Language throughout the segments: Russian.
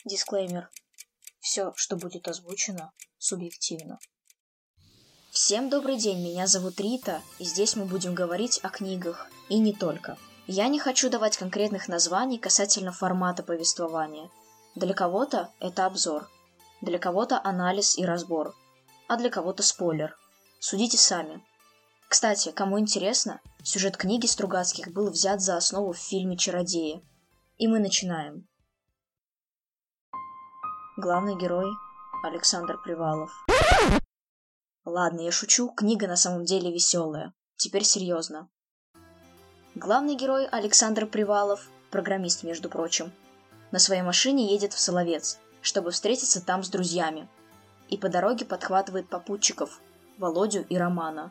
Дисклеймер. Все, что будет озвучено, субъективно. Всем добрый день, меня зовут Рита, и здесь мы будем говорить о книгах, и не только. Я не хочу давать конкретных названий касательно формата повествования. Для кого-то это обзор, для кого-то анализ и разбор, а для кого-то спойлер. Судите сами. Кстати, кому интересно, сюжет книги Стругацких был взят за основу в фильме «Чародеи». И мы начинаем. Главный герой – Александр Привалов. Ладно, я шучу, книга на самом деле веселая. Теперь серьезно. Главный герой Александр Привалов, программист, между прочим, на своей машине едет в Соловец, чтобы встретиться там с друзьями. И по дороге подхватывает попутчиков – Володю и Романа.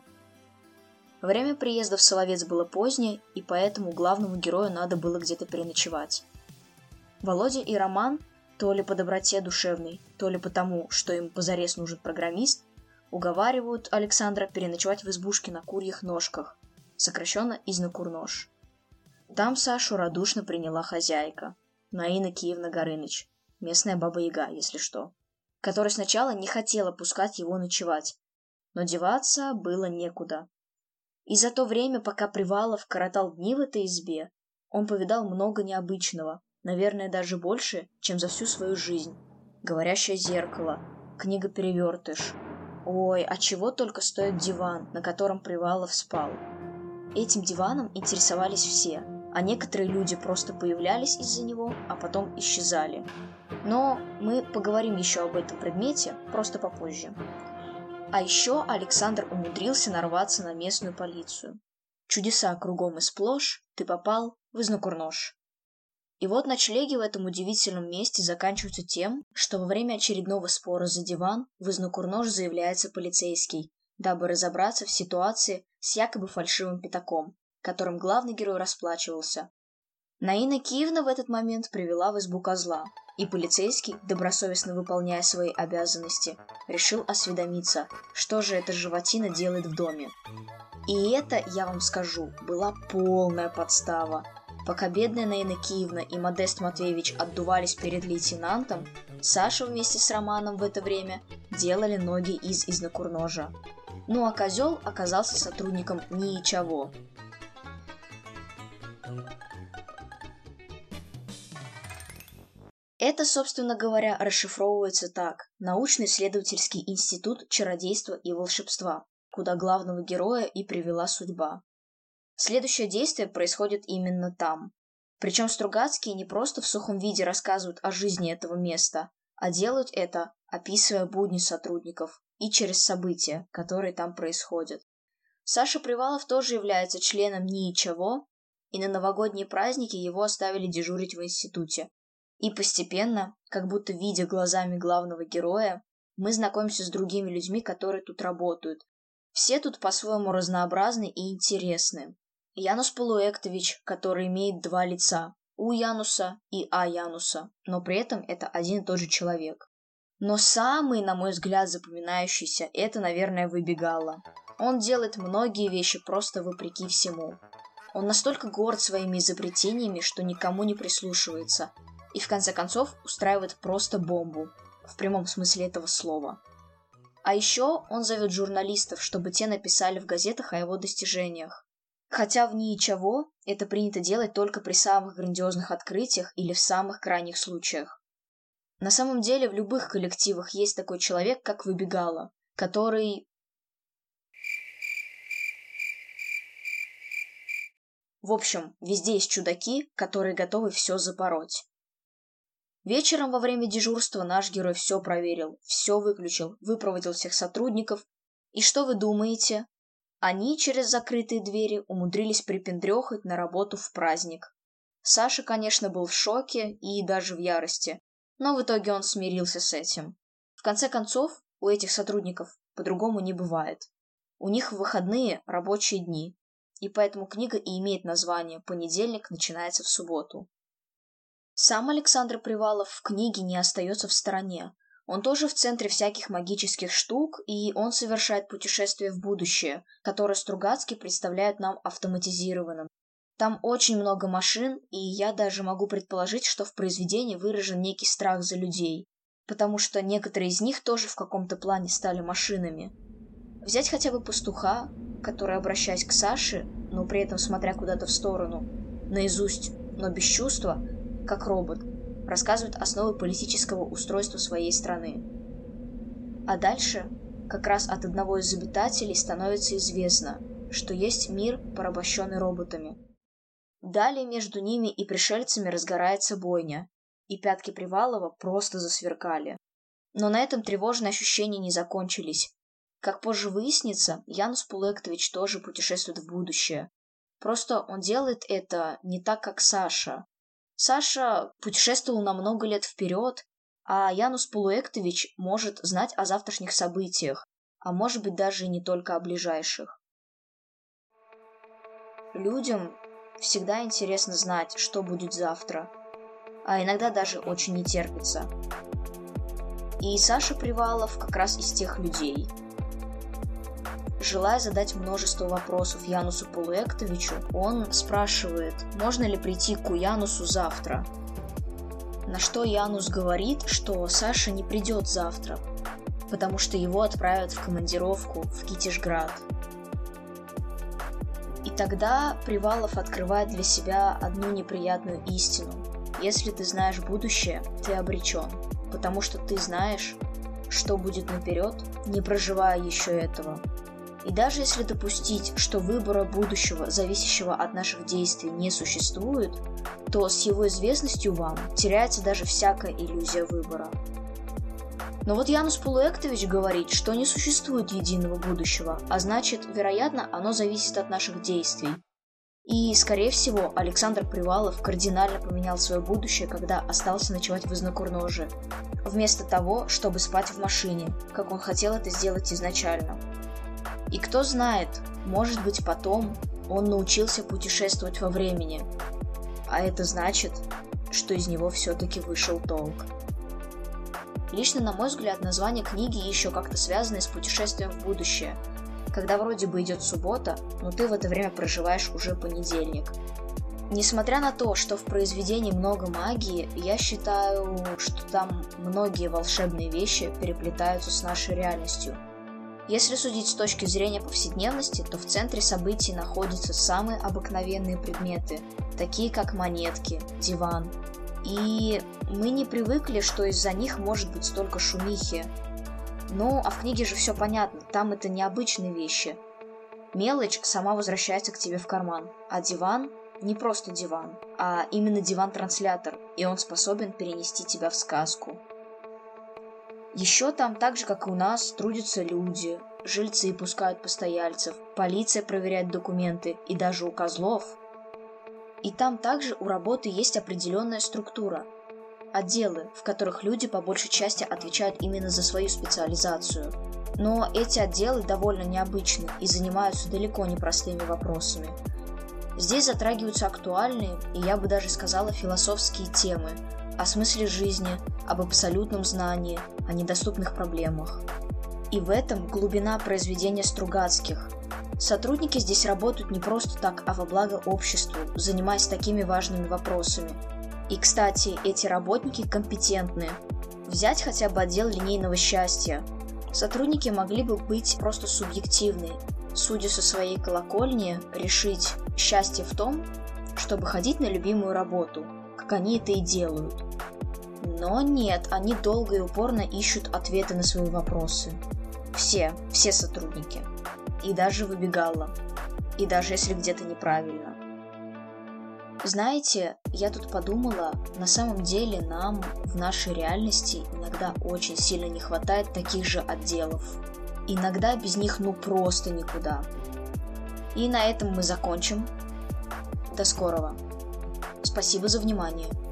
Время приезда в Соловец было позднее, и поэтому главному герою надо было где-то переночевать. Володя и Роман, то ли по доброте душевной, то ли потому, что им позарез нужен программист, уговаривают Александра переночевать в избушке на Курьих Ножках, сокращенно из Накурнож. Там Сашу радушно приняла хозяйка, Наина Киевна Горыныч, местная баба-яга, если что, которая сначала не хотела пускать его ночевать, но деваться было некуда. И за то время, пока Привалов коротал дни в этой избе, он повидал много необычного, наверное, даже больше, чем за всю свою жизнь. Говорящее зеркало, книга-перевертыш. Ой, а чего только стоит диван, на котором Привалов спал. Этим диваном интересовались все, а некоторые люди просто появлялись из-за него, а потом исчезали. Но мы поговорим еще об этом предмете, просто попозже. А еще Александр умудрился нарваться на местную полицию. Чудеса кругом и сплошь, ты попал в Изнакурнож. И вот ночлеги в этом удивительном месте заканчиваются тем, что во время очередного спора за диван в Изнакурнож заявляется полицейский, дабы разобраться в ситуации с якобы фальшивым пятаком, которым главный герой расплачивался. Наина Киевна в этот момент привела в избу козла, и полицейский, добросовестно выполняя свои обязанности, решил осведомиться, что же эта животина делает в доме. И это, я вам скажу, была полная подстава. Пока бедная Наина Киевна и Модест Матвеевич отдувались перед лейтенантом, Саша вместе с Романом в это время делали ноги из Изнакурножа. Ну а козел оказался сотрудником НИИЧАВО. Это, собственно говоря, расшифровывается так: научно-исследовательский институт чародейства и волшебства, куда главного героя и привела судьба. Следующее действие происходит именно там. Причем Стругацкие не просто в сухом виде рассказывают о жизни этого места, а делают это, описывая будни сотрудников и через события, которые там происходят. Саша Привалов тоже является членом НИИЧАВО, и на новогодние праздники его оставили дежурить в институте. И постепенно, как будто видя глазами главного героя, мы знакомимся с другими людьми, которые тут работают. Все тут по-своему разнообразны и интересны. Янус Полуэктович, который имеет два лица, У Януса и А Януса, но при этом это один и тот же человек. Но самый, на мой взгляд, запоминающийся, это, наверное, Выбегало. Он делает многие вещи просто вопреки всему. Он настолько горд своими изобретениями, что никому не прислушивается, и в конце концов устраивает просто бомбу, в прямом смысле этого слова. А еще он зовет журналистов, чтобы те написали в газетах о его достижениях. Хотя в НИИЧАВО это принято делать только при самых грандиозных открытиях или в самых крайних случаях. На самом деле в любых коллективах есть такой человек, как Выбегало, который... В общем, везде есть чудаки, которые готовы все запороть. Вечером во время дежурства наш герой все проверил, все выключил, выпроводил всех сотрудников. И что вы думаете? Они через закрытые двери умудрились припендрёхать на работу в праздник. Саша, конечно, был в шоке и даже в ярости, но в итоге он смирился с этим. В конце концов, у этих сотрудников по-другому не бывает. У них в выходные рабочие дни, и поэтому книга и имеет название «Понедельник начинается в субботу». Сам Александр Привалов в книге не остается в стороне. Он тоже в центре всяких магических штук, и он совершает путешествие в будущее, которое Стругацкие представляют нам автоматизированным. Там очень много машин, и я даже могу предположить, что в произведении выражен некий страх за людей, потому что некоторые из них тоже в каком-то плане стали машинами. Взять хотя бы пастуха, который, обращаясь к Саше, но при этом смотря куда-то в сторону, наизусть, но без чувства, как робот, рассказывает основы политического устройства своей страны. А дальше, как раз от одного из обитателей становится известно, что есть мир, порабощенный роботами. Далее между ними и пришельцами разгорается бойня, и пятки Привалова просто засверкали. Но на этом тревожные ощущения не закончились. Как позже выяснится, Янус Пулектович тоже путешествует в будущее. Просто он делает это не так, как Саша. Саша путешествовал на много лет вперед, а Янус Пулектович может знать о завтрашних событиях, а может быть даже и не только о ближайших. Людям всегда интересно знать, что будет завтра, а иногда даже очень не терпится. И Саша Привалов как раз из тех людей. Желая задать множество вопросов Янусу Пулектовичу, он спрашивает, можно ли прийти к Янусу завтра. На что Янус говорит, что Саша не придет завтра, потому что его отправят в командировку в Китежград. И тогда Привалов открывает для себя одну неприятную истину. Если ты знаешь будущее, ты обречен, потому что ты знаешь, что будет наперед, не проживая еще этого. И даже если допустить, что выбора будущего, зависящего от наших действий, не существует, то с его известностью вам теряется даже всякая иллюзия выбора. Но вот Янус Пулектович говорит, что не существует единого будущего, а значит, вероятно, оно зависит от наших действий. И, скорее всего, Александр Привалов кардинально поменял свое будущее, когда остался ночевать в Изнокурноже, вместо того, чтобы спать в машине, как он хотел это сделать изначально. И кто знает, может быть, потом он научился путешествовать во времени, а это значит, что из него все-таки вышел толк. Лично, на мой взгляд, название книги еще как-то связано с путешествием в будущее, когда вроде бы идет суббота, но ты в это время проживаешь уже понедельник. Несмотря на то, что в произведении много магии, я считаю, что там многие волшебные вещи переплетаются с нашей реальностью. Если судить с точки зрения повседневности, то в центре событий находятся самые обыкновенные предметы, такие как монетки, диван. И мы не привыкли, что из-за них может быть столько шумихи. Ну, а в книге же все понятно, там это необычные вещи. Мелочь сама возвращается к тебе в карман, а диван не просто диван, а именно диван-транслятор, и он способен перенести тебя в сказку. Еще там, так же как и у нас, трудятся люди, жильцы пускают постояльцев, полиция проверяет документы, и даже у козлов. И там также у работы есть определенная структура. Отделы, в которых люди по большей части отвечают именно за свою специализацию. Но эти отделы довольно необычны и занимаются далеко не простыми вопросами. Здесь затрагиваются актуальные, и я бы даже сказала, философские темы о смысле жизни, об абсолютном знании, о недоступных проблемах. И в этом глубина произведения Стругацких. Сотрудники здесь работают не просто так, а во благо обществу, занимаясь такими важными вопросами. И, кстати, эти работники компетентны. Взять хотя бы отдел линейного счастья. Сотрудники могли бы быть просто субъективны, судя со своей колокольни, решить счастье в том, чтобы ходить на любимую работу, как они это и делают. Но нет, они долго и упорно ищут ответы на свои вопросы. Все сотрудники. И даже выбегала. И даже если где-то неправильно. Знаете, я тут подумала, на самом деле нам в нашей реальности иногда очень сильно не хватает таких же отделов. Иногда без них просто никуда. И на этом мы закончим. До скорого. Спасибо за внимание.